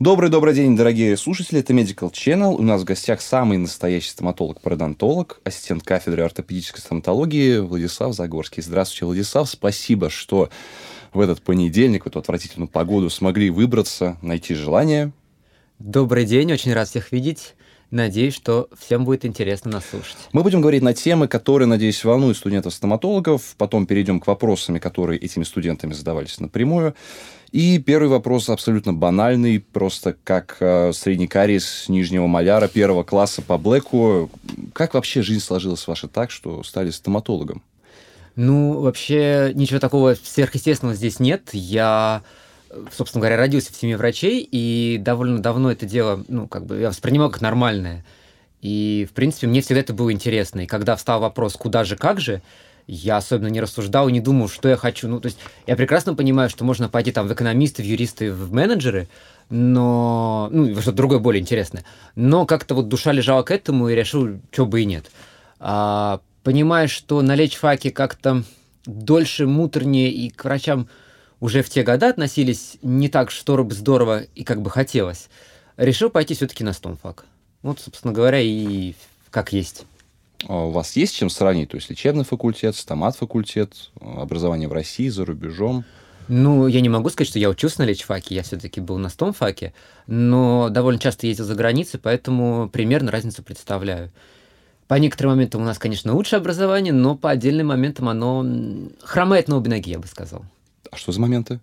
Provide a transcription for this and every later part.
Добрый день, дорогие слушатели. Это Medical Channel. У нас в гостях самый настоящий стоматолог-пародонтолог, ассистент кафедры ортопедической стоматологии Владислав Загорский. Здравствуйте, Владислав. Спасибо, что в этот понедельник, в эту отвратительную погоду смогли выбраться, найти желание. Добрый день, очень рад всех видеть. Надеюсь, что всем будет интересно нас слушать. Мы будем говорить на темы, которые, надеюсь, волнуют студентов-стоматологов. Потом перейдем к вопросам, которые этими студентами задавались напрямую. И первый вопрос абсолютно банальный, просто как средний кариес нижнего маляра первого класса по блэку. Как вообще жизнь сложилась ваша так, что стали стоматологом? Ну, вообще, ничего такого сверхъестественного здесь нет. Я, собственно говоря, родился в семье врачей, и довольно давно это дело, я воспринимал как нормальное. И, в принципе, мне всегда это было интересно. И когда встал вопрос, куда же, как же, я особенно не рассуждал и не думал, что я хочу. То есть я прекрасно понимаю, что можно пойти там в экономисты, в юристы, в менеджеры, но... во что-то другое более интересное. Но как-то вот душа лежала к этому, и решил, что бы и нет. Понимая, что на лечфаке как-то дольше, муторнее, и к врачам уже в те годы относились не так здорово и как бы хотелось, решил пойти все-таки на стомфак. Вот, собственно говоря, и как есть. А у вас есть чем сравнить? То есть лечебный факультет, стомат-факультет, образование в России, за рубежом? Я не могу сказать, что я учился на лечфаке, я все-таки был на стомфаке, но довольно часто ездил за границей, поэтому примерно разницу представляю. По некоторым моментам у нас, конечно, лучшее образование, но по отдельным моментам оно хромает на обе ноги, я бы сказал. А что за моменты?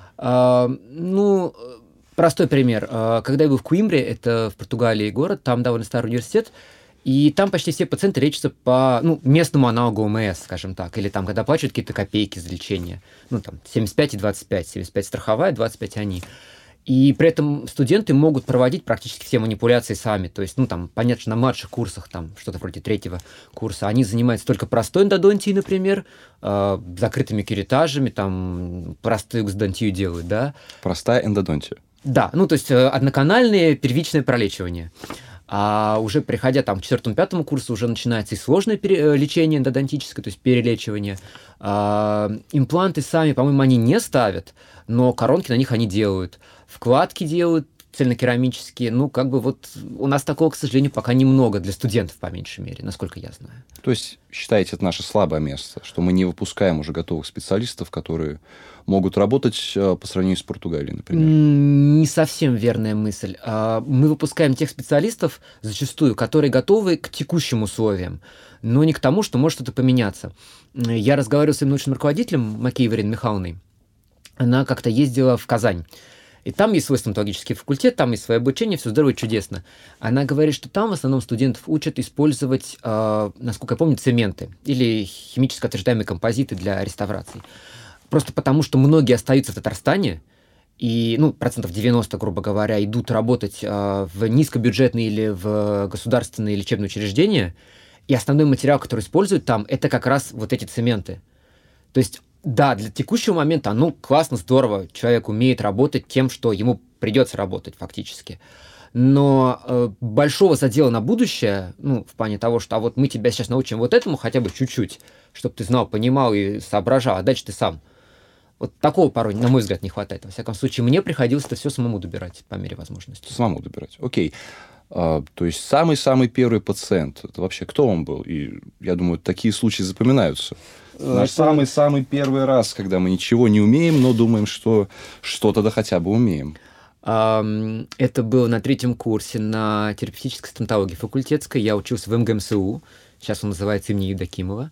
Простой пример. Когда я был в Коимбре, это в Португалии город, там довольно старый университет, и там почти все пациенты лечатся по местному аналогу ОМС, скажем так, или там, когда плачут какие-то копейки за лечение. 75 и 25, 75 страховая, 25 они. И при этом студенты могут проводить практически все манипуляции сами. То есть, понятно, что на младших курсах, что-то вроде 3-го курса, они занимаются только простой эндодонтией, например, закрытыми кюретажами, простую экзодонтию делают, да. Простая эндодонтия. Да, то есть одноканальное первичное пролечивание. А уже приходя к 4-5 курсу уже начинается и сложное лечение эндодонтическое, то есть перелечивание. Импланты сами, по-моему, они не ставят, но коронки на них они делают. Вкладки делают цельнокерамические. У нас такого, к сожалению, пока немного для студентов, по меньшей мере, насколько я знаю. То есть, считаете, это наше слабое место, что мы не выпускаем уже готовых специалистов, которые могут работать по сравнению с Португалией, например? Не совсем верная мысль. Мы выпускаем тех специалистов, зачастую, которые готовы к текущим условиям, но не к тому, что может что-то поменяться. Я разговаривал с своим научным руководителем Макеевой Ириной Михайловной. Она как-то ездила в Казань. И там есть свой стоматологический факультет, там есть свое обучение, все здорово и чудесно. Она говорит, что там в основном студентов учат использовать, насколько я помню, цементы или химически отверждаемые композиты для реставрации. Просто потому, что многие остаются в Татарстане, и 90%, грубо говоря, идут работать в низкобюджетные или в государственные лечебные учреждения, и основной материал, который используют там, это как раз вот эти цементы. То есть, да, для текущего момента, классно, здорово, человек умеет работать тем, что ему придется работать фактически. Но большого задела на будущее, в плане того, что вот мы тебя сейчас научим вот этому хотя бы чуть-чуть, чтобы ты знал, понимал и соображал, а дальше ты сам. Вот такого порой, на мой взгляд, не хватает. Во всяком случае, мне приходилось это все самому добирать по мере возможности. Самому добирать, окей. То есть самый-самый первый пациент, это вообще кто он был? И я думаю, такие случаи запоминаются. Наш самый-самый первый раз, когда мы ничего не умеем, но думаем, что что-то да хотя бы умеем. Это было на 3-м курсе на терапевтической стоматологии факультетской. Я учился в МГМСУ. Сейчас он называется имени Евдокимова.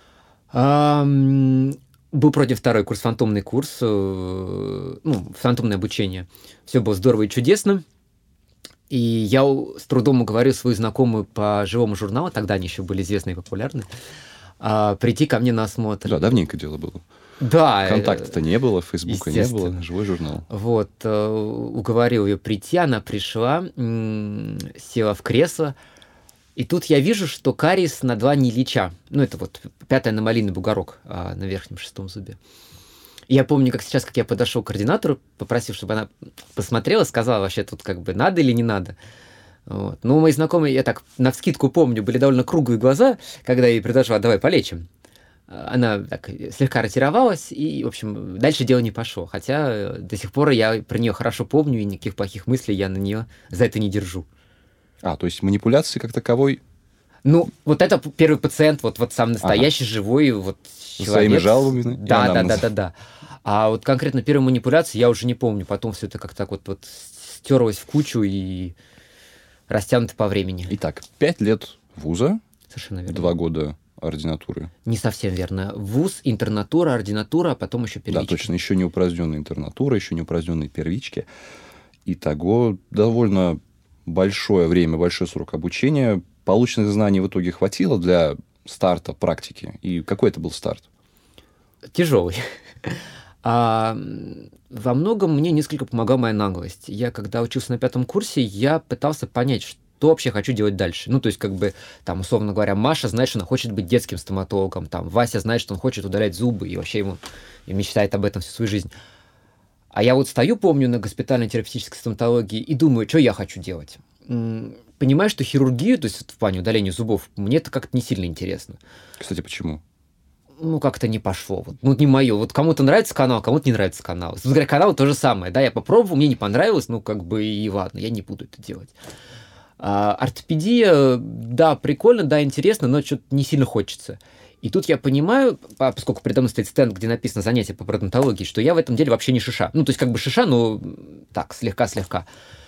Был вроде 2-й курс, фантомный курс, фантомное обучение. Все было здорово и чудесно. И я с трудом уговорил свою знакомую по живому журналу, тогда они еще были известны и популярны, прийти ко мне на осмотр. Да, давненько дело было. Да. Контакта-то не было, Фейсбука не было, живой журнал. Вот, уговорил ее прийти, она пришла, села в кресло, и тут я вижу, что кариес на 2 нейлича. Это вот 5-й аномалийный бугорок на верхнем 6-м зубе. И я помню, как сейчас, как я подошел к координатору, попросив, чтобы она посмотрела, сказала, вообще тут надо или не надо. Вот. Мои знакомые, я так навскидку помню, были довольно круглые глаза, когда я ей предложила, давай полечим. Она так слегка ретировалась, и, в общем, дальше дело не пошло. Хотя до сих пор я про нее хорошо помню, и никаких плохих мыслей я на нее за это не держу. То есть манипуляции как таковой... Ну, вот это первый пациент, вот сам настоящий, живой вот человек. Своими жалобами? Да. А вот конкретно первую манипуляцию я уже не помню. Потом все это как-то вот стерлось в кучу и растянуто по времени. Итак, 5 лет вуза. Совершенно верно. 2 года ординатуры. Не совсем верно. Вуз, интернатура, ординатура, а потом еще первичка. Да, точно. Еще не упраздненная интернатура, еще не упраздненные первички. Итого довольно большое время, большой срок обучения. Полученных знаний в итоге хватило для старта практики? И какой это был старт? Тяжелый. Во многом мне несколько помогала моя наглость. Я, когда учился на 5 курсе, я пытался понять, что вообще хочу делать дальше. Ну, то есть, там, условно говоря, Маша знает, что она хочет быть детским стоматологом, там, Вася знает, что он хочет удалять зубы, и вообще и мечтает об этом всю свою жизнь. А я вот стою, помню, на госпитальной терапевтической стоматологии и думаю, что я хочу делать. Понимаю, что хирургию, то есть в плане удаления зубов, мне это как-то не сильно интересно. Кстати, почему? Как-то не пошло. Не мое. Вот кому-то нравится канал, кому-то не нравится канал. Собственно говоря, канал то же самое. Да, я попробовал, мне не понравилось, и ладно, я не буду это делать. Ортопедия, да, прикольно, да, интересно, но что-то не сильно хочется. И тут я понимаю, поскольку передо мной стоит стенд, где написано занятие по пародонтологии, что я в этом деле вообще не шиша. То есть шиша, но так, слегка-слегка.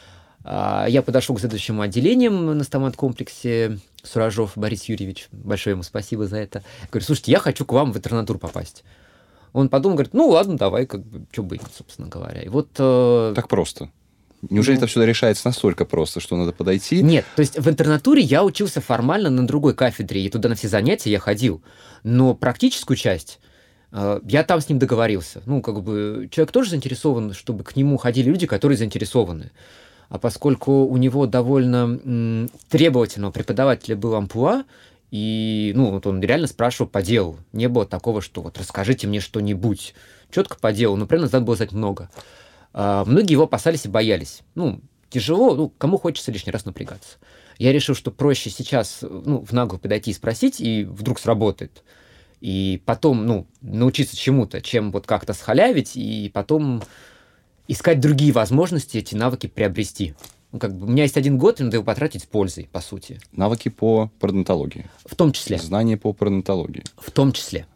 Я подошел к следующему отделению на стомат-комплексе Суражов Борис Юрьевич. Большое ему спасибо за это. Говорю, слушайте, я хочу к вам в интернатуру попасть. Он подумал, говорит, ладно, давай, что бы, собственно говоря. И вот... Так просто. Неужели это сюда решается настолько просто, что надо подойти? Нет, то есть в интернатуре я учился формально на другой кафедре, и туда на все занятия я ходил. Но практическую часть я там с ним договорился. Человек тоже заинтересован, чтобы к нему ходили люди, которые заинтересованы. А поскольку у него довольно требовательного преподавателя был амплуа, и он реально спрашивал по делу. Не было такого, что расскажите мне что-нибудь. Четко по делу, но прям надо было знать много. Многие его опасались и боялись. Тяжело, кому хочется лишний раз напрягаться. Я решил, что проще сейчас в наглую подойти и спросить, и вдруг сработает. И потом научиться чему-то, чем как-то схалявить, и потом искать другие возможности эти навыки приобрести. У меня есть 1 год, и надо его потратить с пользой, по сути. Навыки по пародонтологии? В том числе. Знания по пародонтологии? В том числе.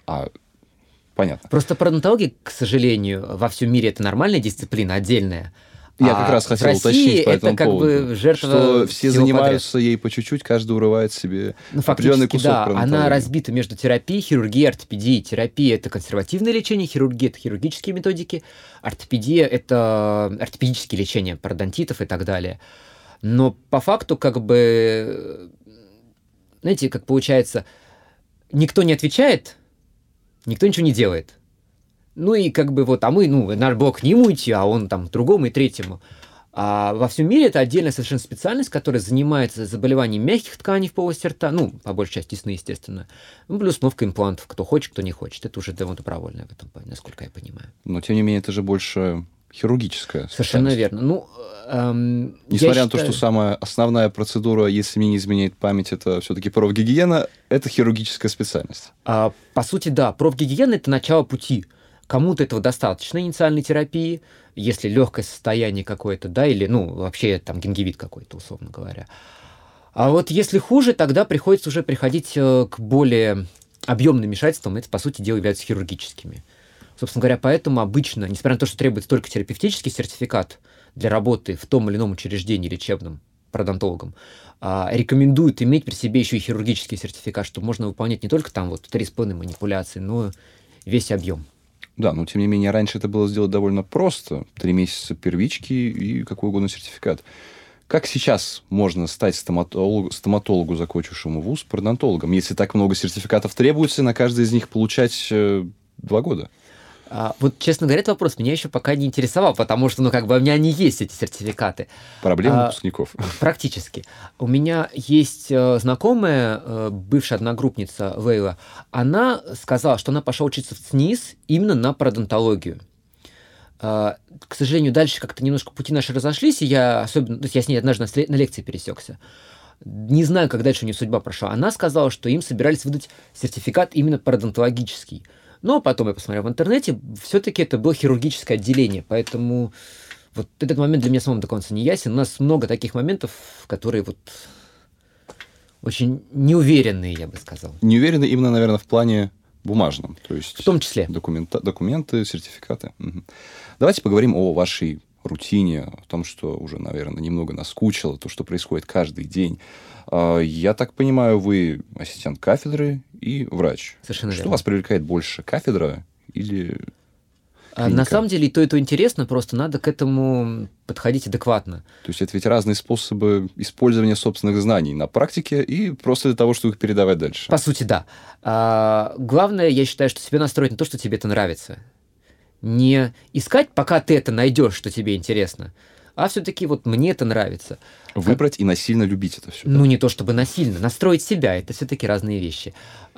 Понятно. Просто пародонтология, к сожалению, во всем мире это нормальная дисциплина, отдельная. Я как раз хотел уточнить по этому поводу, жертва что все занимаются подряд. ей по чуть-чуть, каждый урывает себе определенный кусок пародонтологии. Она разбита между терапией, хирургией, ортопедией. Терапия – это консервативное лечение, хирургия – это хирургические методики, ортопедия – это ортопедические лечения пародонтитов и так далее. Но по факту, знаете, как получается, никто не отвечает, никто ничего не делает. Мы, наш блок к нему идти, а он там к другому и третьему. А во всем мире это отдельная совершенно специальность, которая занимается заболеванием мягких тканей в полости рта, по большей части сны, естественно, плюс установка имплантов, кто хочет, кто не хочет. Это уже довольно добровольно в этом плане, насколько я понимаю. Но, тем не менее, это же больше хирургическая совершенно верно. Несмотря на то, что самая основная процедура, если мне не изменяет память, это все-таки профгигиена, это хирургическая специальность. По сути, да. Профгигиена – это начало пути. Кому-то этого достаточно инициальной терапии, если легкое состояние какое-то, да, или, вообще там гингивит какой-то, условно говоря. А если хуже, тогда приходится уже приходить к более объемным вмешательствам, это, по сути дела, являются хирургическими. Собственно говоря, поэтому обычно, несмотря на то, что требуется только терапевтический сертификат для работы в том или ином учреждении лечебном пародонтологом, рекомендуют иметь при себе еще и хирургический сертификат, чтобы можно выполнять не только там 3,5 манипуляции, но весь объем. Да, но тем не менее, раньше это было сделать довольно просто. 3 месяца первички и какой угодно сертификат. Как сейчас можно стать стоматологу, закончившему вуз, пародонтологом, если так много сертификатов требуется, на каждый из них получать 2 года? Честно говоря, этот вопрос меня еще пока не интересовал, потому что, у меня они есть, эти сертификаты. Проблема выпускников. Практически. У меня есть знакомая, бывшая одногруппница Лейла, она сказала, что она пошла учиться в ЦНИС именно на пародонтологию. К сожалению, дальше как-то немножко пути наши разошлись, и я с ней однажды на лекции пересекся. Не знаю, как дальше у нее судьба прошла. Она сказала, что им собирались выдать сертификат именно пародонтологический. Но потом я посмотрел в интернете, все-таки это было хирургическое отделение, поэтому вот этот момент для меня самому до конца не ясен. У нас много таких моментов, которые вот очень неуверенные, я бы сказал. Неуверенные именно, наверное, в плане бумажном, то есть в том числе. Документы, сертификаты. Угу. Давайте поговорим о вашей рутине, о том, что уже, наверное, немного наскучило, то, что происходит каждый день. Я так понимаю, вы ассистент кафедры и врач. Совершенно верно. Что вас привлекает больше, кафедра или клиника? На самом деле, и то интересно, просто надо к этому подходить адекватно. То есть это ведь разные способы использования собственных знаний на практике и просто для того, чтобы их передавать дальше. По сути, да. Главное, я считаю, что себя настроить на то, что тебе это нравится. Не искать, пока ты это найдешь, что тебе интересно, а все-таки вот мне это нравится. Выбрать и насильно любить это все. Ну, не то чтобы насильно, настроить себя, это все-таки разные вещи.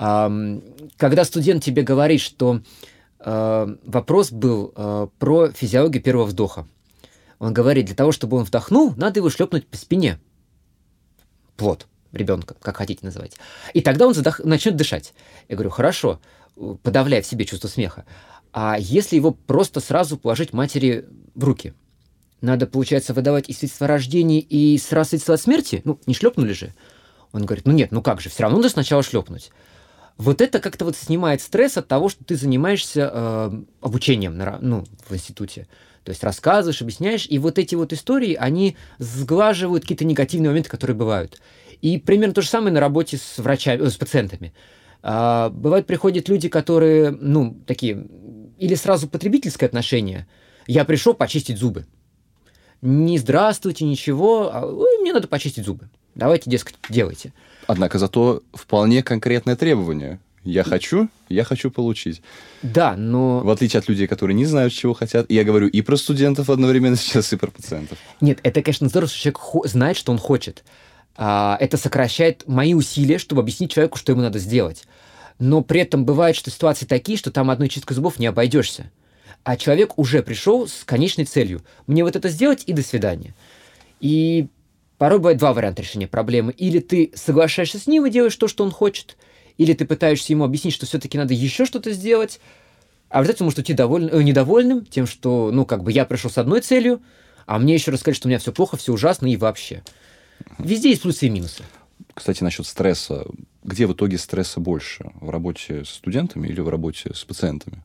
Когда студент тебе говорит, что вопрос был про физиологию первого вдоха. Он говорит, для того, чтобы он вдохнул, надо его шлепнуть по спине. Плод ребенка, как хотите называть. И тогда он начнет дышать. Я говорю, хорошо, подавляя в себе чувство смеха. А если его просто сразу положить матери в руки? Надо, получается, выдавать и свидетельство о рождении, и сразу свидетельство от смерти? Ну, не шлепнули же. Он говорит, ну нет, ну как же, все равно надо сначала шлепнуть. Вот это как-то вот снимает стресс от того, что ты занимаешься обучением в институте. То есть рассказываешь, объясняешь, и вот эти вот истории, они сглаживают какие-то негативные моменты, которые бывают. И примерно то же самое на работе с врачами, с пациентами. Бывают, приходят люди, которые, такие, или сразу потребительское отношение. Я пришел почистить зубы. Не здравствуйте, ничего, мне надо почистить зубы. Давайте, дескать, делайте. Однако зато вполне конкретное требование. Я хочу получить. Да, но... В отличие от людей, которые не знают, чего хотят. И я говорю и про студентов одновременно сейчас, и про пациентов. Нет, это, конечно, здорово, что человек знает, что он хочет. Это сокращает мои усилия, чтобы объяснить человеку, что ему надо сделать. Но при этом бывают, что ситуации такие, что там одной чисткой зубов не обойдешься. А человек уже пришел с конечной целью. Мне вот это сделать и до свидания. И порой бывает два варианта решения проблемы. Или ты соглашаешься с ним и делаешь то, что он хочет, или ты пытаешься ему объяснить, что все-таки надо еще что-то сделать, а в результате может уйти недовольным тем, что, я пришел с одной целью, а мне еще рассказать, что у меня все плохо, все ужасно и вообще. Везде есть плюсы и минусы. Кстати, насчет стресса. Где в итоге стресса больше? В работе с студентами или в работе с пациентами?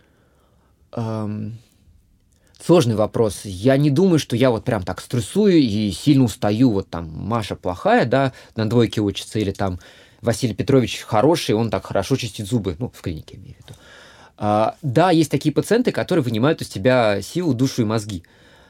Сложный вопрос. Я не думаю, что я вот прям так стрессую и сильно устаю. Вот там Маша плохая, да, на двойке учится, или там Василий Петрович хороший, он так хорошо чистит зубы. В клинике, имею в виду. Да, есть такие пациенты, которые вынимают из тебя силу, душу и мозги.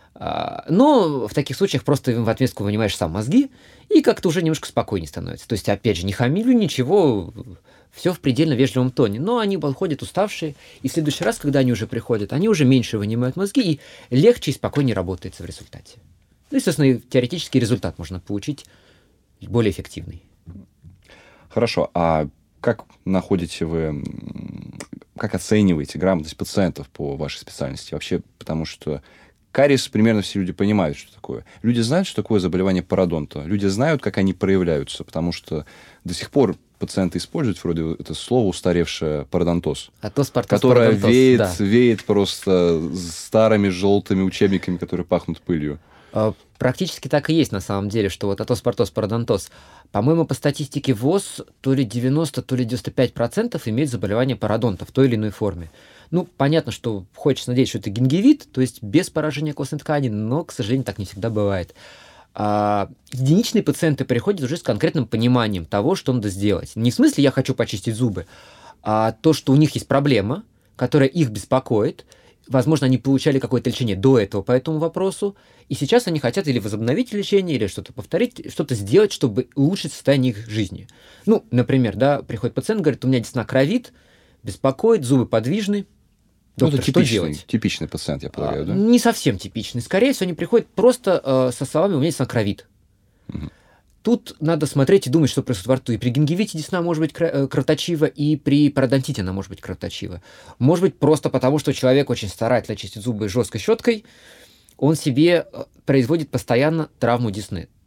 Но в таких случаях просто в отместку вынимаешь сам мозги, и как-то уже немножко спокойнее становится. То есть, опять же, не хамилю, ничего, все в предельно вежливом тоне. Но они подходят уставшие, и в следующий раз, когда они уже приходят, они уже меньше вынимают мозги, и легче и спокойнее работается в результате. Ну, естественно, и теоретический результат можно получить более эффективный. Хорошо. А как находите вы, как оцениваете грамотность пациентов по вашей специальности? Вообще, потому что кариес примерно все люди понимают, что такое. Люди знают, что такое заболевание пародонта. Люди знают, как они проявляются, потому что до сих пор пациенты используют вроде это слово устаревшее пародонтоз, которое веет просто старыми желтыми учебниками, которые пахнут пылью. Практически так и есть на самом деле, что вот атос, партоз, пародонтоз. По-моему, по статистике ВОЗ то ли 90, то ли 95% имеют заболевание пародонта в той или иной форме. Понятно, что хочется надеяться, что это гингивит, то есть без поражения костной ткани, но, к сожалению, так не всегда бывает. Единичные пациенты приходят уже с конкретным пониманием того, что надо сделать. Не в смысле «я хочу почистить зубы», а то, что у них есть проблема, которая их беспокоит. Возможно, они получали какое-то лечение до этого по этому вопросу, и сейчас они хотят или возобновить лечение, или что-то повторить, что-то сделать, чтобы улучшить состояние их жизни. Например, приходит пациент, говорит, у меня десна кровит, беспокоит, зубы подвижны. Доктор, это что делать? Типичный пациент, я полагаю, да? Не совсем типичный. Скорее всего, они приходят просто со словами «у меня десна кровит». Угу. Тут надо смотреть и думать, что происходит во рту. И при гингивите десна может быть кровоточива, и при пародонтите она может быть кровоточива. Может быть, просто потому, что человек очень старательно чистит зубы жесткой щеткой, он себе производит постоянно травму десны.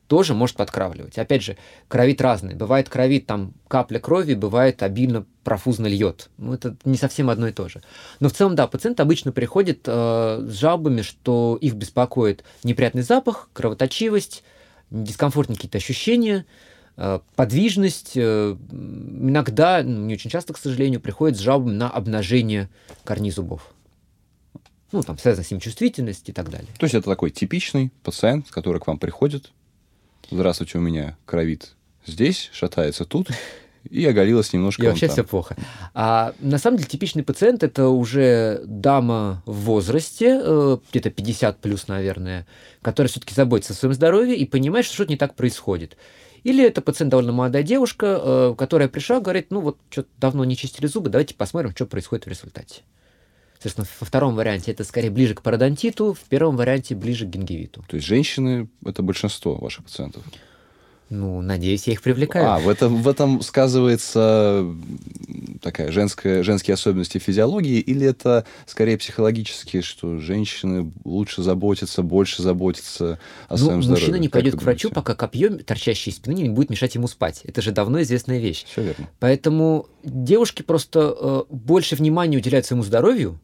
тоже может подкравливать. Опять же, кровит разный. Бывает кровит там капля крови, бывает обильно профузно льет. Ну, это не совсем одно и то же. Но в целом, да, пациент обычно приходит с жалобами, что их беспокоит неприятный запах, кровоточивость, дискомфортные какие-то ощущения, подвижность. Иногда, не очень часто, к сожалению, приходят с жалобами на обнажение корней зубов. Ну, там, связано с семичувствительностью и так далее. То есть это такой типичный пациент, который к вам приходит. Здравствуйте, у меня кровит здесь, шатается тут, и оголилось немножко. И вообще все плохо. А на самом деле типичный пациент – это уже дама в возрасте, где-то 50 плюс, наверное, которая все-таки заботится о своем здоровье и понимает, что что-то не так происходит. Или это пациент довольно молодая девушка, которая пришла, говорит, ну вот что-то давно не чистили зубы, давайте посмотрим, что происходит в результате. Соответственно, во втором варианте это скорее ближе к пародонтиту, в первом варианте ближе к гингивиту. То есть женщины – это большинство ваших пациентов? Ну, надеюсь, я их привлекаю. В этом сказывается такая женские особенности физиологии, или это скорее психологически, что женщины лучше заботятся, больше заботятся о своем здоровье? Мужчина не пойдет к врачу, пока копье, торчащее из спины, не будет мешать ему спать. Это же давно известная вещь. Все верно. Поэтому девушки просто больше внимания уделяют своему здоровью,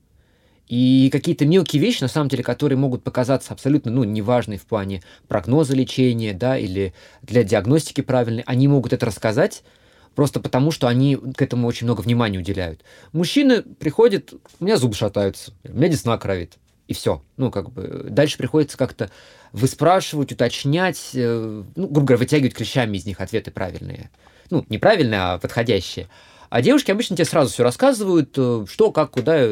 и какие-то мелкие вещи, на самом деле, которые могут показаться абсолютно неважные в плане прогноза лечения, да, или для диагностики правильной, они могут это рассказать просто потому, что они к этому очень много внимания уделяют. Мужчины приходят, у меня зубы шатаются, у меня десна кровит, и все. Дальше приходится как-то выспрашивать, уточнять, грубо говоря, вытягивать клещами из них ответы правильные. Не правильные, а подходящие. А девушки обычно тебе сразу все рассказывают, что, как, куда...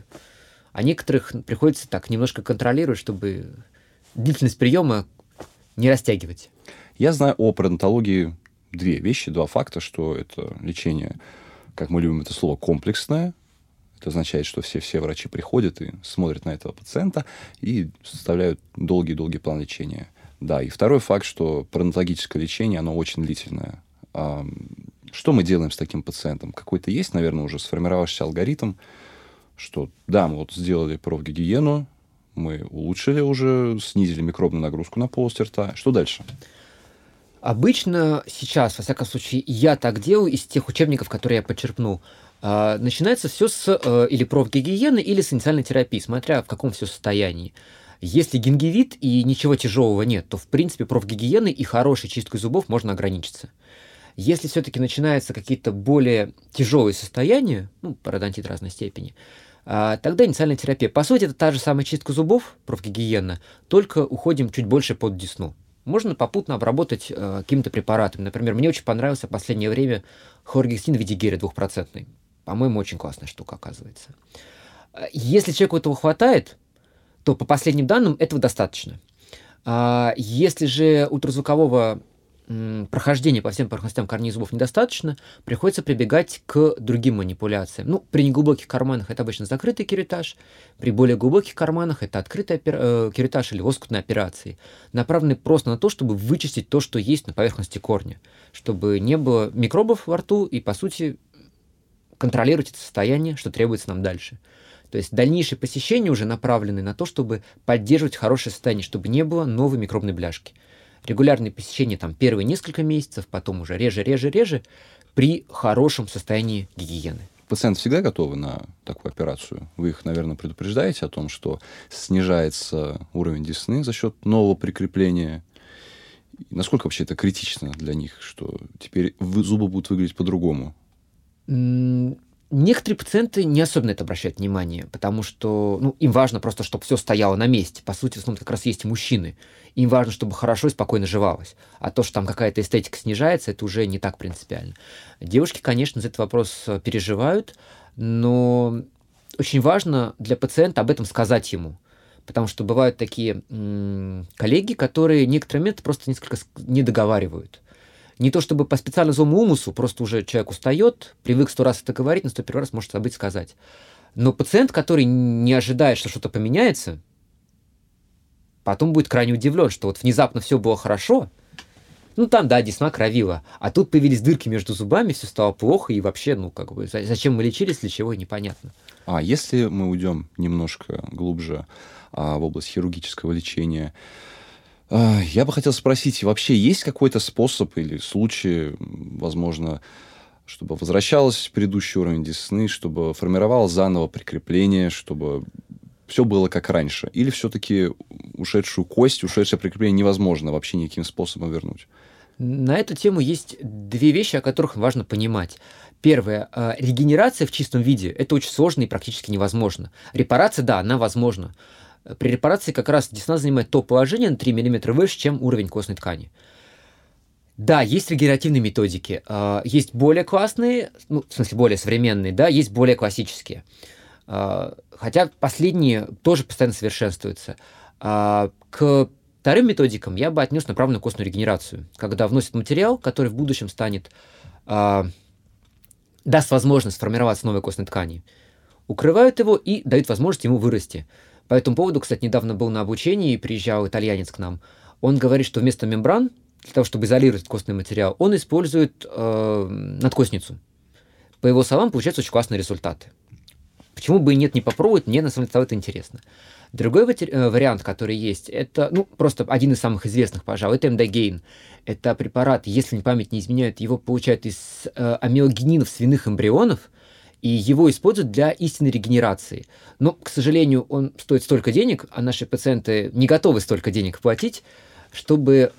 А некоторых приходится так немножко контролировать, чтобы длительность приема не растягивать. Я знаю о пародонтологии два факта, что это лечение, как мы любим это слово, комплексное. Это означает, что все врачи приходят и смотрят на этого пациента и составляют долгий план лечения. Да, и второй факт, что пародонтологическое лечение, оно очень длительное. Что мы делаем с таким пациентом? Какой-то есть, наверное, уже сформировавшийся алгоритм, что да, мы вот сделали профгигиену, мы улучшили уже, снизили микробную нагрузку на полость рта. Что дальше? Обычно сейчас, во всяком случае, я так делаю из тех учебников, которые я подчеркнул. Начинается все с или профгигиены, или с инициальной терапии, смотря в каком все состоянии. Если гингивит и ничего тяжелого нет, то, в принципе, профгигиеной и хорошей чисткой зубов можно ограничиться. Если все-таки начинаются какие-то более тяжелые состояния, пародонтит разной степени, тогда инициальная терапия. По сути, это та же самая чистка зубов, профгигиена, только уходим чуть больше под десну. Можно попутно обработать какими-то препаратами. Например, мне очень понравился в последнее время хлоргексидин в виде геля 2%. По-моему, очень классная штука, оказывается. Если человеку этого хватает, то по последним данным этого достаточно. Если же ультразвукового прохождения по всем поверхностям корней зубов недостаточно, приходится прибегать к другим манипуляциям. При неглубоких карманах это обычно закрытый керетаж, при более глубоких карманах это открытый керетаж или лоскутные операции, направленные просто на то, чтобы вычистить то, что есть на поверхности корня, чтобы не было микробов во рту и, по сути, контролировать это состояние, что требуется нам дальше. То есть дальнейшие посещения уже направлены на то, чтобы поддерживать хорошее состояние, чтобы не было новой микробной бляшки. Регулярные посещения первые несколько месяцев, потом уже реже, при хорошем состоянии гигиены. Пациенты всегда готовы на такую операцию? Вы их, наверное, предупреждаете о том, что снижается уровень десны за счет нового прикрепления? Насколько вообще это критично для них, что теперь зубы будут выглядеть по-другому? Некоторые пациенты не особенно это обращают внимание, потому что им важно просто, чтобы все стояло на месте. По сути, в основном как раз есть и мужчины. Им важно, чтобы хорошо и спокойно жевалось. А то, что там какая-то эстетика снижается, это уже не так принципиально. Девушки, конечно, за этот вопрос переживают, но очень важно для пациента об этом сказать ему. Потому что бывают такие коллеги, которые некоторые моменты просто несколько не договаривают. Не то чтобы по специально злому умыслу, просто уже человек устает, привык 100 раз это говорить, но 101 раз может забыть сказать. Но пациент, который не ожидает, что что-то поменяется, потом будет крайне удивлен, что вот внезапно все было хорошо, там, да, десна кровила, а тут появились дырки между зубами, все стало плохо, и вообще, зачем мы лечились, для чего, непонятно. А если мы уйдем немножко глубже в область хирургического лечения, Я бы хотел спросить, вообще есть какой-то способ или случай, возможно, чтобы возвращалось в предыдущий уровень десны, чтобы формировалось заново прикрепление, чтобы все было как раньше? Или все-таки ушедшую кость, ушедшее прикрепление невозможно вообще никаким способом вернуть? На эту тему есть две вещи, о которых важно понимать. Первое. Регенерация в чистом виде – это очень сложно и практически невозможно. Репарация, да, она возможна. При репарации как раз десна занимает то положение на 3 мм выше, чем уровень костной ткани. Да, есть регенеративные методики. Есть более классные, ну, в смысле, более современные, да, есть более классические. Хотя последние тоже постоянно совершенствуются. К вторым методикам я бы отнес направленную костную регенерацию, когда вносят материал, который в будущем даст возможность сформироваться новой костной ткани, укрывают его и дают возможность ему вырасти. По этому поводу, кстати, недавно был на обучении, приезжал итальянец к нам. Он говорит, что вместо мембран, для того, чтобы изолировать костный материал, он использует надкостницу. По его словам, получаются очень классные результаты. Почему бы и нет, не попробовать, мне на самом деле это интересно. Другой вариант, который есть, это, ну, просто один из самых известных, пожалуй, это MDGain. Это препарат, если память не изменяет, его получают из амиогенинов свиных эмбрионов, и его используют для истинной регенерации. Но, к сожалению, он стоит столько денег, а наши пациенты не готовы столько денег платить, чтобы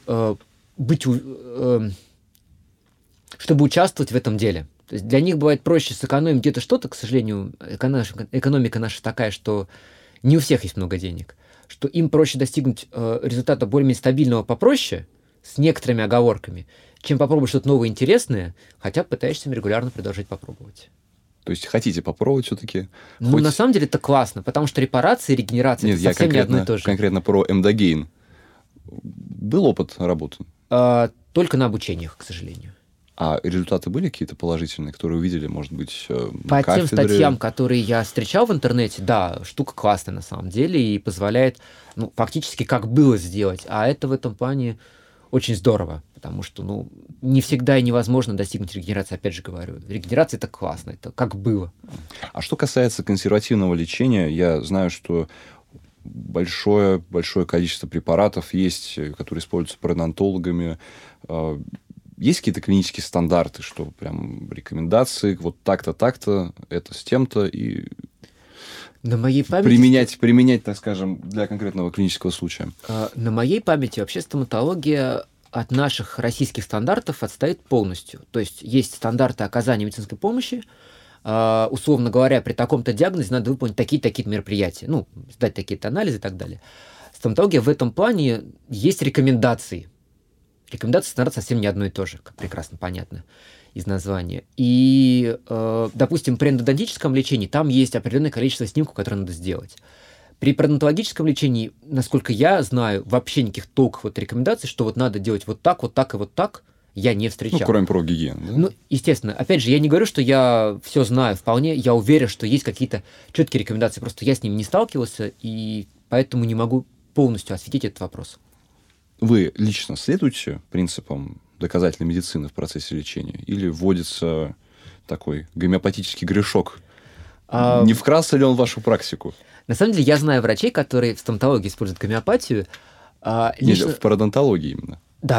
участвовать в этом деле. То есть для них бывает проще сэкономить где-то что-то, к сожалению, экономика наша такая, что не у всех есть много денег, что им проще достигнуть результата более-менее стабильного попроще, с некоторыми оговорками, чем попробовать что-то новое интересное, хотя пытаешься им регулярно предложить попробовать. То есть хотите попробовать все-таки? Ну, на самом деле это классно, потому что репарация и регенерация это совсем не одно и то же. Конкретно про MDGain. Был опыт работы? Только на обучениях, к сожалению. А результаты были какие-то положительные, которые увидели, может быть, по тем статьям, которые я встречал в интернете, да, штука классная на самом деле и позволяет, ну, фактически как было сделать. А это в этом плане очень здорово, потому что, ну, не всегда и невозможно достигнуть регенерации, опять же говорю. Регенерация – это классно, это как было. А что касается консервативного лечения, я знаю, что большое количество препаратов есть, которые используются пародонтологами. Есть какие-то клинические стандарты, что прям рекомендации, вот так-то, так-то, это с тем-то, и на моей памяти... применять, так скажем, для конкретного клинического случая? На моей памяти вообще стоматология от наших российских стандартов отстоит полностью. То есть стандарты оказания медицинской помощи, условно говоря, при таком-то диагнозе надо выполнить такие-то мероприятия, ну, сдать такие-то анализы и так далее. Стоматология в этом плане есть рекомендации. Рекомендации стандарта совсем не одно и то же, как прекрасно понятно из названия. И, допустим, при эндодонтическом лечении там есть определенное количество снимков, которые надо сделать. При пародонтологическом лечении, насколько я знаю, вообще никаких толков рекомендаций, что вот надо делать вот так и вот так, я не встречал. Ну, кроме прогигиены, да? Ну, естественно. Опять же, я не говорю, что я все знаю вполне. Я уверен, что есть какие-то четкие рекомендации. Просто я с ними не сталкивался, и поэтому не могу полностью осветить этот вопрос. Вы лично следуете принципам доказательной медицины в процессе лечения? Или вводится такой гомеопатический грешок? Не вкрался ли он в вашу практику? На самом деле, я знаю врачей, которые в стоматологии используют гомеопатию. Нет, в пародонтологии именно. Да.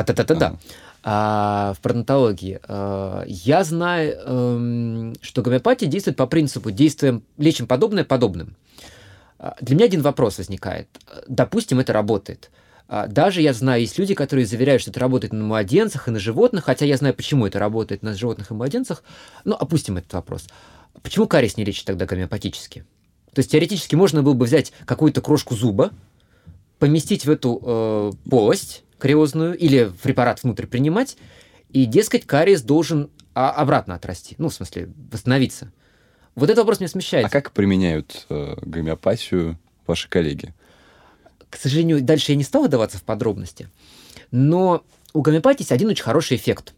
В пародонтологии. Я знаю, что гомеопатия действует по принципу лечим подобное подобным. Для меня один вопрос возникает. Допустим, это работает. Даже я знаю, есть люди, которые заверяют, что это работает на младенцах и на животных, хотя я знаю, почему это работает на животных и младенцах. Ну, опустим этот вопрос. Почему кариес не лечит тогда гомеопатически? То есть теоретически можно было бы взять какую-то крошку зуба, поместить в эту полость кариозную или препарат внутрь принимать, и, дескать, кариес должен обратно отрасти. Ну, в смысле, восстановиться. Вот этот вопрос меня смущает. А как применяют гомеопатию ваши коллеги? К сожалению, дальше я не стал вдаваться в подробности, но у гомеопатии есть один очень хороший эффект.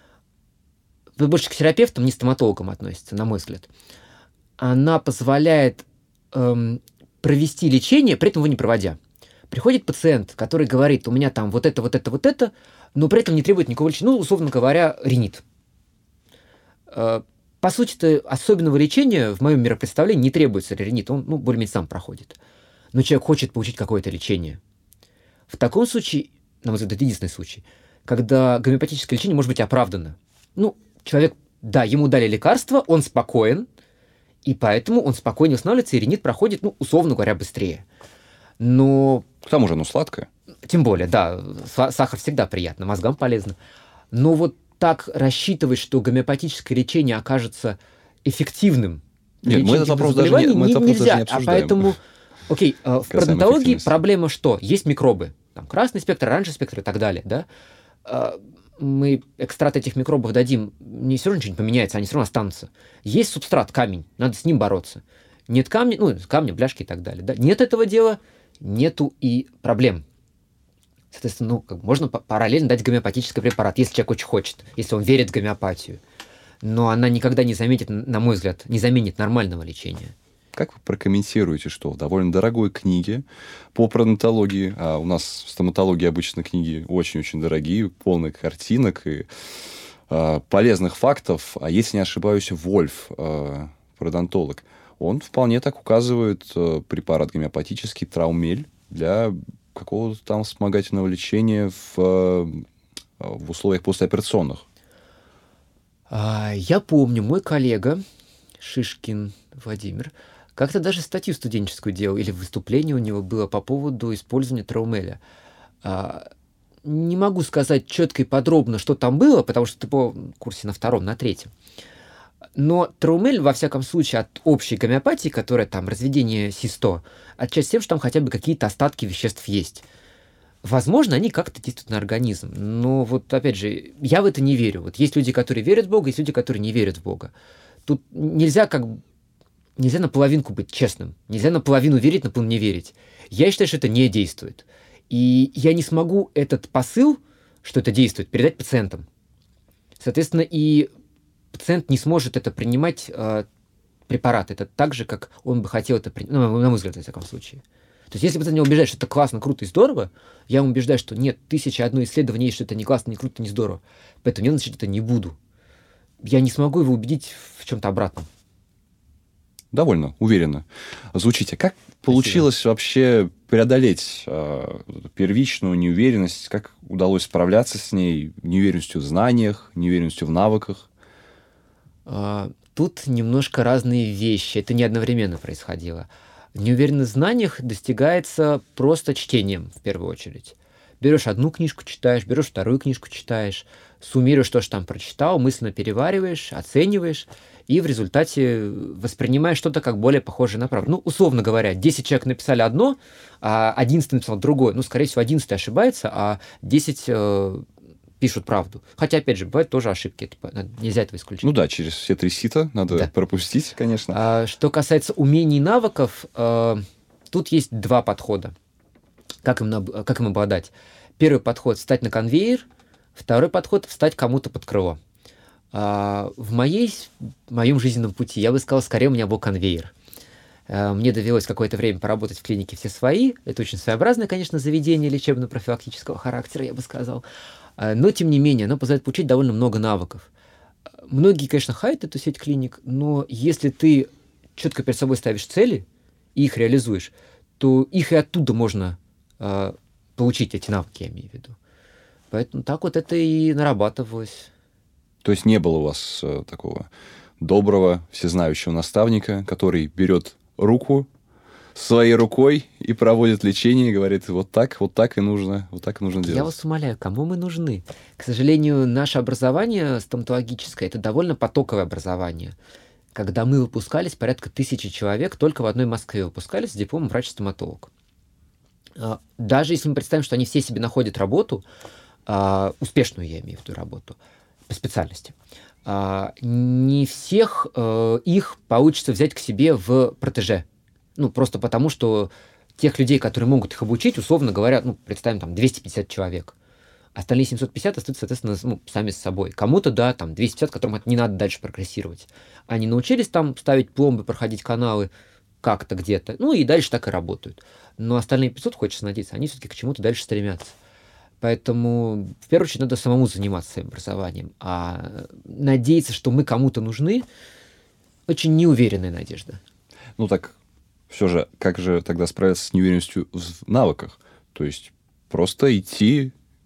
Вы больше к терапевтам, не стоматологам относится, на мой взгляд. Она позволяет провести лечение, при этом его не проводя. Приходит пациент, который говорит, у меня там вот это, но при этом не требует никакого лечения. Ну, условно говоря, ринит. По сути-то, особенного лечения в моем миропредставлении не требуется ринит. Он более-менее сам проходит. Но человек хочет получить какое-то лечение. В таком случае на мой взгляд, это единственный случай, когда гомеопатическое лечение может быть оправдано. Ну, человек, да, ему дали лекарство, он спокоен, и поэтому он спокойнее восстанавливается, и ринит проходит, ну, условно говоря, быстрее. Но... К тому же оно сладкое. Тем более, да, сахар всегда приятно, мозгам полезно. Но вот так рассчитывать, что гомеопатическое лечение окажется эффективным, нет, мы этот вопрос даже нельзя. Не обсуждаем. А поэтому, окей, в пародонтологии проблема что? Есть микробы. Там красный спектр, оранжевый спектр и так далее, да? Мы экстракт этих микробов дадим, не все равно ничего не поменяется, они все равно останутся. Есть субстрат, камень, надо с ним бороться. Нет камня, ну, камня, бляшки и так далее. Да? Нет этого дела, нету и проблем. Соответственно, ну, можно параллельно дать гомеопатический препарат, если человек очень хочет, если он верит в гомеопатию. Но она никогда не заметит, на мой взгляд, не заменит нормального лечения. Как вы прокомментируете, что в довольно дорогой книге по пародонтологии, а у нас в стоматологии обычно книги очень-очень дорогие, полные картинок и полезных фактов, а если не ошибаюсь, Вольф, пародонтолог, он вполне так указывает препарат гомеопатический Траумель для какого-то там вспомогательного лечения в условиях послеоперационных. Я помню, мой коллега Шишкин Владимир как-то даже статью студенческую делал, или выступление у него было по поводу использования Траумеля. Не могу сказать четко и подробно, что там было, потому что ты по курсе на втором, на третьем. Но Траумель, во всяком случае, от общей гомеопатии, которая там разведение СИСТО, отчасти тем, что там хотя бы какие-то остатки веществ есть. Возможно, они как-то действуют на организм. Но вот, опять же, я в это не верю. Вот есть люди, которые верят в Бога, есть люди, которые не верят в Бога. Тут нельзя наполовинку быть честным. Нельзя наполовину верить, наполовину не верить. Я считаю, что это не действует. И я не смогу этот посыл, что это действует, передать пациентам. Соответственно, и пациент не сможет это принимать препарат. Это так же, как он бы хотел это принять. Ну, на мой взгляд, во всяком случае. То есть, если пациент меня убеждает, что это классно, круто и здорово, я ему убеждаю, что нет, 1001 исследование есть, что это не классно, не круто, не здорово. Поэтому я начать это не буду. Я не смогу его убедить в чем-то обратном. Довольно уверенно звучите. Как получилось вообще преодолеть первичную неуверенность? Как удалось справляться с ней? Неуверенностью в знаниях, неуверенностью в навыках? Тут немножко разные вещи. Это не одновременно происходило. Неуверенность в знаниях достигается просто чтением, в первую очередь. Берешь одну книжку, читаешь, берешь вторую книжку, читаешь, суммируешь то, что там прочитал, мысленно перевариваешь, оцениваешь, и в результате воспринимаешь что-то как более похожее на правду. Ну, условно говоря, 10 человек написали одно, а 11 написал другое. Ну, скорее всего, 11 ошибается, а 10 пишут правду. Хотя, опять же, бывают тоже ошибки. Нельзя этого исключить. Ну да, через все 3 сита надо пропустить, конечно. Что касается умений и навыков, тут есть 2 подхода. Как им обладать? Первый подход – встать на конвейер. Второй подход – встать кому-то под крыло. В моем жизненном пути, я бы сказал, скорее у меня был конвейер. Мне довелось какое-то время поработать в клинике «Все свои». Это очень своеобразное, конечно, заведение лечебно-профилактического характера, я бы сказал. Но, тем не менее, оно позволяет получить довольно много навыков. Многие, конечно, хаят эту сеть клиник, но если ты четко перед собой ставишь цели и их реализуешь, то их и оттуда можно получить, эти навыки, я имею в виду. Поэтому так вот это и нарабатывалось. То есть не было у вас такого доброго, всезнающего наставника, который берет руку своей рукой и проводит лечение, и говорит, вот так и нужно делать. Я вас умоляю, кому мы нужны? К сожалению, наше образование стоматологическое – это довольно потоковое образование. Когда мы выпускались, порядка 1000 человек только в одной Москве выпускались с дипломом врач-стоматолог. Даже если мы представим, что они все себе находят работу, успешную, я имею в виду, работу, по специальности, не всех их получится взять к себе в протеже. Ну, просто потому, что тех людей, которые могут их обучить, условно говоря, представим, там, 250 человек. Остальные 750 остаются, соответственно, сами с собой. Кому-то, да, там, 250, которым это не надо дальше прогрессировать. Они научились там ставить пломбы, проходить каналы как-то где-то, и дальше так и работают. Но остальные 500, хочется надеяться, они все-таки к чему-то дальше стремятся. Поэтому, в первую очередь, надо самому заниматься своим образованием. А надеяться, что мы кому-то нужны, очень неуверенная надежда. Так все же, как же тогда справиться с неуверенностью в навыках? То есть просто идти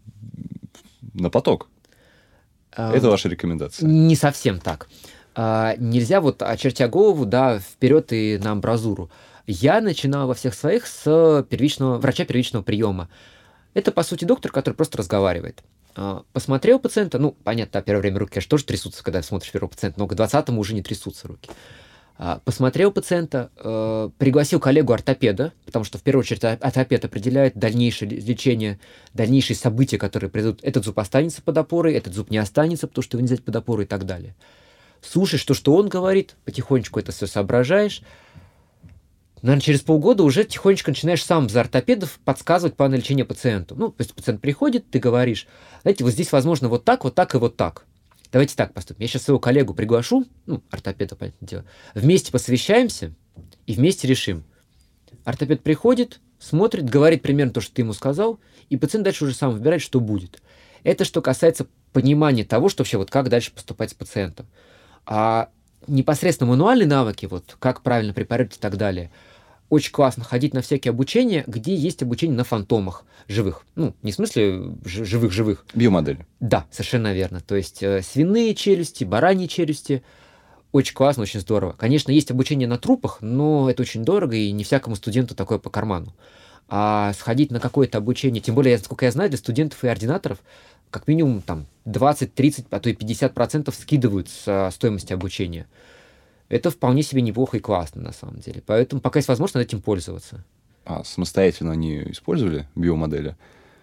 на поток. Это ваша рекомендация? Не совсем так. Нельзя вот, очертя голову, да, вперед и на амбразуру. Я начинал во всех своих с врача первичного приема. Это, по сути, доктор, который просто разговаривает. Посмотрел пациента, ну, понятно, первое время руки, конечно, тоже трясутся, когда смотришь первого пациента, но к 20-му уже не трясутся руки. Посмотрел пациента, пригласил коллегу-ортопеда, потому что в первую очередь ортопед определяет дальнейшее лечение, дальнейшие события, которые придут. Этот зуб останется под опорой, этот зуб не останется, потому что его нельзя взять под опору и так далее. Слушаешь то, что он говорит, потихонечку это все соображаешь. Наверное, через полгода уже тихонечко начинаешь сам за ортопедов подсказывать план лечения пациенту. Ну, то есть пациент приходит, ты говоришь, знаете, вот здесь возможно вот так и вот так. Давайте так поступим. Я сейчас своего коллегу приглашу, ну, ортопеда, понятное дело, вместе посовещаемся и вместе решим. Ортопед приходит, смотрит, говорит примерно то, что ты ему сказал, и пациент дальше уже сам выбирает, что будет. Это что касается понимания того, что вообще вот как дальше поступать с пациентом. А непосредственно мануальные навыки, вот как правильно препарировать и так далее, очень классно ходить на всякие обучения, где есть обучение на фантомах живых. Ну, не в смысле живых-живых. Биомодели. Да, совершенно верно. То есть свиные челюсти, бараньи челюсти. Очень классно, очень здорово. Конечно, есть обучение на трупах, но это очень дорого, и не всякому студенту такое по карману. А сходить на какое-то обучение, тем более, насколько я знаю, для студентов и ординаторов как минимум там 20, 30, а то и 50% скидывают с стоимости обучения. Это вполне себе неплохо и классно, на самом деле. Поэтому пока есть возможность, надо этим пользоваться. А самостоятельно они использовали биомодели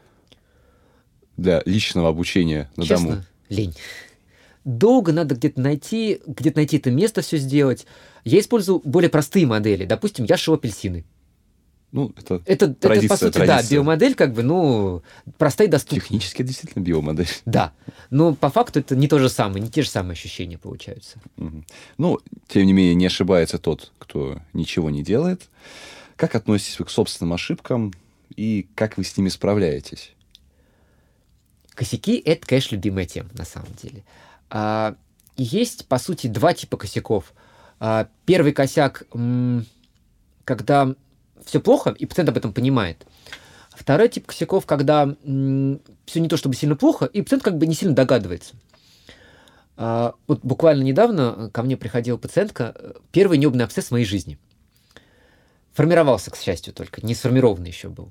для личного обучения на Честно, дому? лень. Долго надо где-то найти это место все сделать. Я использую более простые модели. Допустим, я шил апельсины. Ну, это по сути, да, биомодель как бы, ну, простая и доступная. Технически действительно биомодель. Да, но по факту это не то же самое, не те же самые ощущения получаются. Ну, тем не менее, не ошибается тот, кто ничего не делает. Как относитесь вы к собственным ошибкам и как вы с ними справляетесь? Косяки – это, конечно, любимая тема, на самом деле. Есть, по сути, два типа косяков. Первый косяк, когда все плохо, и пациент об этом понимает. Второй тип косяков, когда все не то чтобы сильно плохо, и пациент как бы не сильно догадывается. Вот буквально недавно ко мне приходила пациентка, первый небный абсцесс в моей жизни. Формировался, к счастью, только, не сформированный еще был.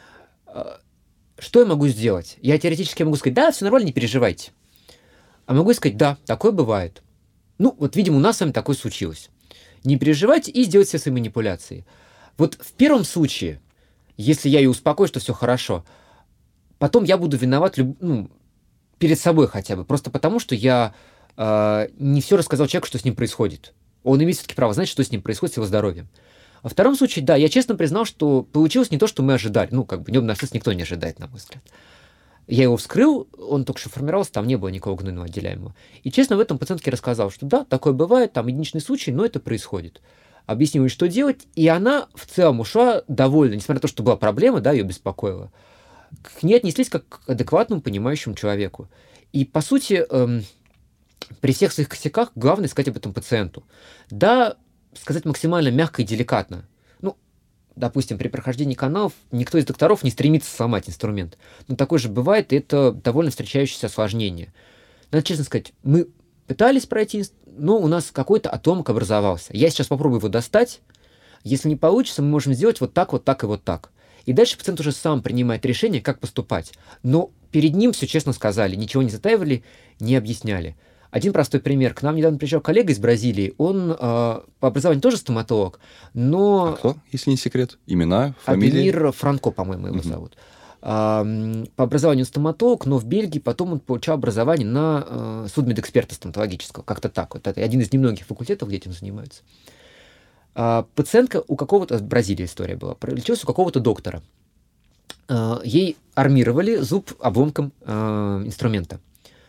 Что я могу сделать? Я теоретически могу сказать, да, все нормально, не переживайте. А могу сказать, да, такое бывает. Ну, вот, видимо, у нас с вами такое случилось. Не переживайте и сделать все свои манипуляции. Вот в первом случае, если я ее успокою, что все хорошо, потом я буду виноват перед собой хотя бы, просто потому, что я не все рассказал человеку, что с ним происходит. Он имеет все-таки право знать, что с ним происходит, с его здоровьем. Во втором случае, да, я честно признал, что получилось не то, что мы ожидали. Ну, как бы небный абсцесс никто не ожидает, на мой взгляд. Я его вскрыл, он только что формировался, там не было никакого гнойного отделяемого. И честно в этом пациентке рассказал, что да, такое бывает, там единичный случай, но это происходит. Объяснил ей, что делать, и она в целом ушла довольна, несмотря на то, что была проблема, да, ее беспокоила. К ней отнеслись как к адекватному, понимающему человеку. И, по сути, при всех своих косяках главное сказать об этом пациенту. Да, сказать максимально мягко и деликатно. Ну, допустим, при прохождении каналов никто из докторов не стремится сломать инструмент. Но такое же бывает, и это довольно встречающееся осложнение. Надо честно сказать, мы пытались пройти, но у нас какой-то отломок образовался. Я сейчас попробую его достать. Если не получится, мы можем сделать вот так и вот так. И дальше пациент уже сам принимает решение, как поступать. Но перед ним все честно сказали, ничего не затаивали, не объясняли. Один простой пример. К нам недавно приезжал коллега из Бразилии. Он по образованию тоже стоматолог, но... А кто, если не секрет? Имена, фамилии? Адемир Франко, по-моему, его зовут. По образованию стоматолог, но в Бельгии потом он получал образование на судмедэксперта стоматологического. Как-то так. Вот это один из немногих факультетов, где этим занимаются. Пациентка у какого-то... В Бразилии история была. Лечилась у какого-то доктора. Ей армировали зуб обломком инструмента.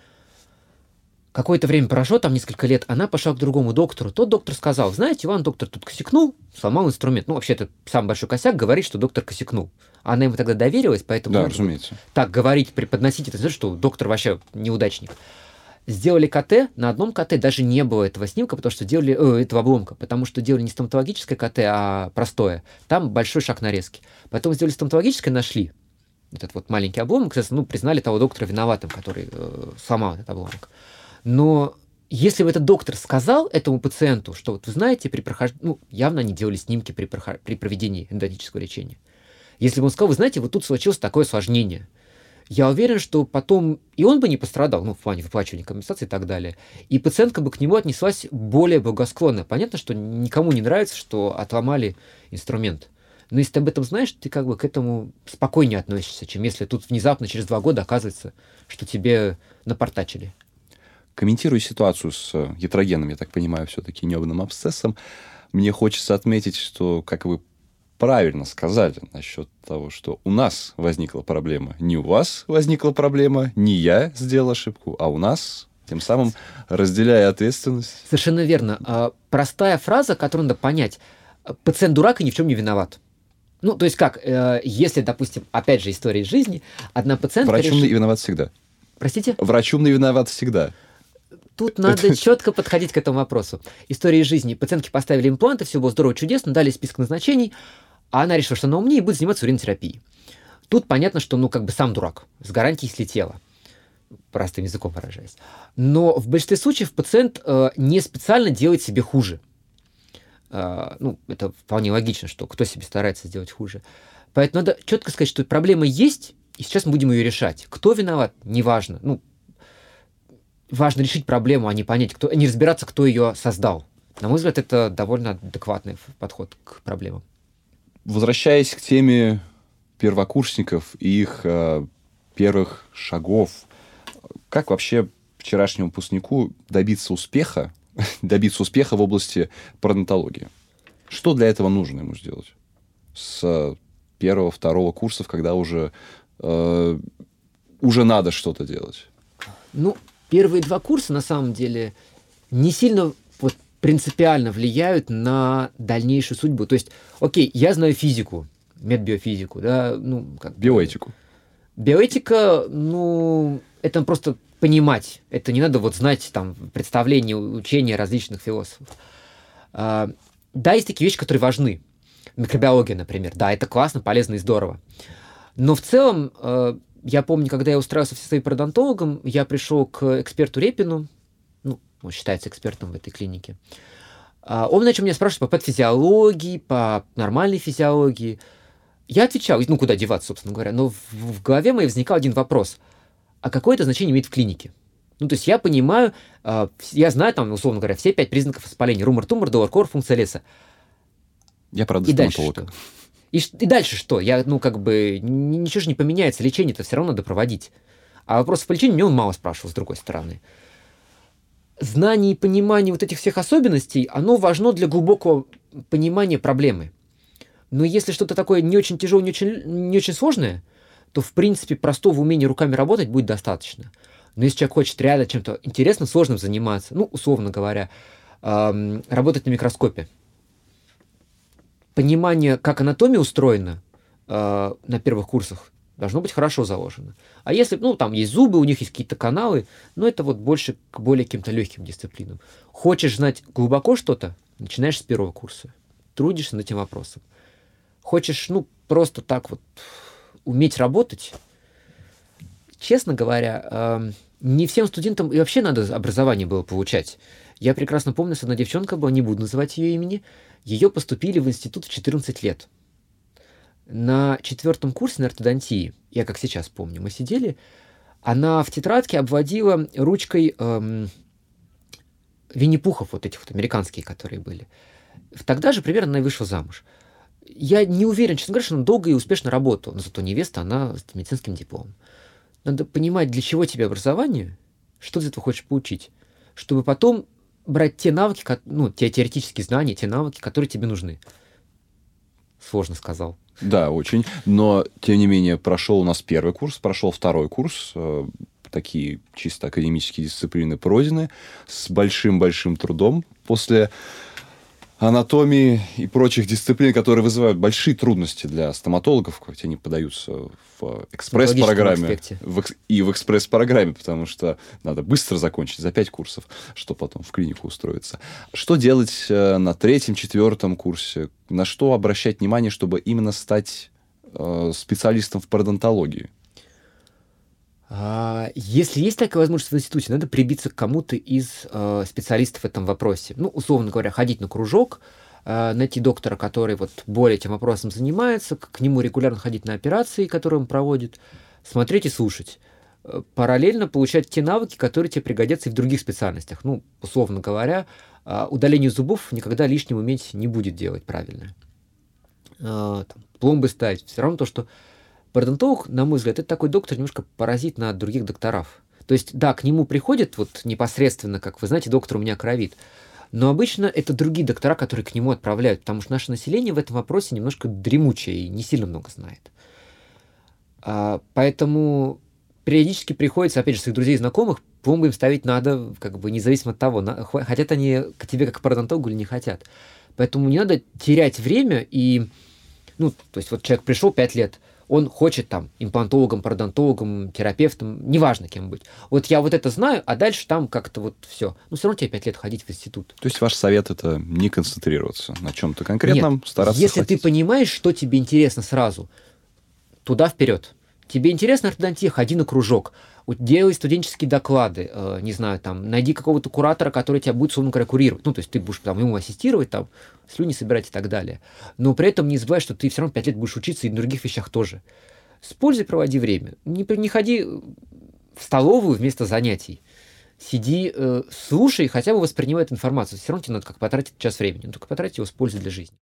Какое-то время прошло, там несколько лет, она пошла к другому доктору. Тот доктор сказал, знаете, Иван, доктор тут косякнул, сломал инструмент. Ну, вообще, это самый большой косяк, говорит, что доктор косякнул. Она ему тогда доверилась, поэтому... Да, разумеется. Так говорить, преподносить, это значит, что доктор вообще неудачник. Сделали КТ, на одном КТ даже не было этого снимка, потому что делали, этого обломка, потому что делали не стоматологическое КТ, а простое. Там большой шаг нарезки. Потом сделали стоматологическое, нашли. этот вот маленький обломок, соответственно, признали того доктора виноватым, который сломал этот обломок. Но если бы этот доктор сказал этому пациенту, что вот вы знаете, явно они делали снимки при проведении эндодонтического лечения. Если бы он сказал, вы знаете, вот тут случилось такое осложнение, я уверен, что потом и он бы не пострадал, в плане выплачивания компенсации и так далее, и пациентка бы к нему отнеслась более благосклонно. Понятно, что никому не нравится, что отломали инструмент. Но если ты об этом знаешь, ты как бы к этому спокойнее относишься, чем если тут внезапно через 2 года оказывается, что тебе напортачили. Комментируя ситуацию с ятрогенным, я так понимаю, все-таки небным абсцессом, мне хочется отметить, что, как вы правильно сказали насчет того, что у нас возникла проблема, не у вас возникла проблема, не я сделал ошибку, а у нас, тем самым разделяя ответственность. Совершенно верно. Простая фраза, которую надо понять. Пациент дурак и ни в чем не виноват. То есть как, если, допустим, опять же, история из жизни, одна пациентка... Врач умный и виноват всегда. Простите? Врач умный и виноват всегда. Тут надо четко подходить к этому вопросу. История из жизни. Пациентке поставили импланты, все было здорово, чудесно, дали список назначений, а она решила, что она умнее и будет заниматься уринотерапией. Тут понятно, что, сам дурак. С гарантией слетела. Простым языком выражаясь. Но в большинстве случаев пациент не специально делает себе хуже. Это вполне логично, что кто себе старается сделать хуже. Поэтому надо четко сказать, что проблема есть, и сейчас мы будем ее решать. Кто виноват, неважно. Важно решить проблему, а не понять, не разбираться, кто ее создал. На мой взгляд, это довольно адекватный подход к проблемам. Возвращаясь к теме первокурсников и их первых шагов, как вообще вчерашнему выпускнику добиться успеха в области пародонтологии? Что для этого нужно ему сделать? С первого-второго курсов, когда уже надо что-то делать? Первые 2 курса, на самом деле, не сильно принципиально влияют на дальнейшую судьбу. То есть, окей, я знаю физику, медбиофизику, да, биоэтику. Биоэтика, это просто понимать. Это не надо знать представления, учения различных философов. Да, есть такие вещи, которые важны. Микробиология, например. Да, это классно, полезно и здорово. Но в целом, я помню, когда я устраивался в своим пародонтологом, я пришел к эксперту Репину, он считается экспертом в этой клинике. Он начал меня спрашивать по патофизиологии, по нормальной физиологии. Я отвечал, куда деваться, собственно говоря, но в голове моей возникал один вопрос. А какое это значение имеет в клинике? То есть я понимаю, я знаю, условно говоря, все 5 признаков воспаления. Румор, тумор, долор, кор, функция леса. Я, правда, стоматолог. И дальше что? Ничего же не поменяется, лечение-то все равно надо проводить. А вопросов по лечению мне он мало спрашивал, с другой стороны. Знание и понимание этих всех особенностей, оно важно для глубокого понимания проблемы. Но если что-то такое не очень тяжелое, не очень сложное, то, в принципе, простого умения руками работать будет достаточно. Но если человек хочет реально чем-то интересным, сложным заниматься, условно говоря, работать на микроскопе, понимание, как анатомия устроена на первых курсах, должно быть хорошо заложено. А если, там есть зубы, у них есть какие-то каналы, это больше к более каким-то легким дисциплинам. Хочешь знать глубоко что-то, начинаешь с первого курса. Трудишься над этим вопросом. Хочешь, просто так уметь работать, честно говоря, не всем студентам и вообще надо образование было получать. Я прекрасно помню, что одна девчонка была, не буду называть ее имени, ее поступили в институт в 14 лет. На 4 курсе на ортодонтии, я как сейчас помню, мы сидели, она в тетрадке обводила ручкой Винни-Пухов, этих американские, которые были. Тогда же примерно она и вышла замуж. Я не уверен, честно говоря, что она долго и успешно работала, но зато невеста, она с медицинским дипломом. Надо понимать, для чего тебе образование, что ты из этого хочешь получить, чтобы потом брать те навыки, те теоретические знания, те навыки, которые тебе нужны. Сложно сказал. Да, очень. Но, тем не менее, прошел у нас первый курс, прошел второй курс. Такие чисто академические дисциплины пройдены с большим-большим трудом. После анатомии и прочих дисциплин, которые вызывают большие трудности для стоматологов, хоть они подаются в экспресс-программе. И в экспресс-программе, потому что надо быстро закончить за 5 курсов, чтобы потом в клинику устроиться. Что делать на 3-4 курсе? На что обращать внимание, чтобы именно стать специалистом в пародонтологии? Если есть такая возможность в институте, надо прибиться к кому-то из специалистов в этом вопросе. Ну, условно говоря, ходить на кружок, найти доктора, который вот более этим вопросом занимается, к нему регулярно ходить на операции, которые он проводит, смотреть и слушать. Параллельно получать те навыки, которые тебе пригодятся и в других специальностях. Ну, условно говоря, удаление зубов никогда лишним уметь не будет делать правильно. Пломбы ставить. Все равно то, что пародонтолог, на мой взгляд, это такой доктор, немножко паразит на других докторов. То есть, да, к нему приходит вот непосредственно, как вы знаете, доктор у меня кровит, но обычно это другие доктора, которые к нему отправляют, потому что наше население в этом вопросе немножко дремучее и не сильно много знает. Поэтому периодически приходится, опять же, своих друзей и знакомых, пломбы им ставить надо, как бы независимо от того, хотят они к тебе как к пародонтологу или не хотят. Поэтому не надо терять время и, ну, то есть вот человек пришел 5 лет, он хочет там имплантологом, пародонтологом, терапевтом, неважно кем быть. Вот я вот это знаю, а дальше там как-то вот все. Ну, все равно тебе 5 лет ходить в институт. То есть ваш совет — это не концентрироваться на чем-то конкретном, Нет, стараться если хватить. ты понимаешь, что тебе интересно сразу, туда вперед. Тебе интересна ортодонтия, ходи на кружок, делай студенческие доклады, не знаю, там, найди какого-то куратора, который тебя будет, условно говоря, курировать. Ну, то есть ты будешь там ему ассистировать, там, слюни собирать и так далее. Но при этом не забывай, что ты все равно 5 лет будешь учиться и в других вещах тоже. С пользой проводи время. Не ходи в столовую вместо занятий. Сиди, слушай, хотя бы воспринимай эту информацию. Все равно тебе надо как потратить час времени, но только потратить его с пользой для жизни.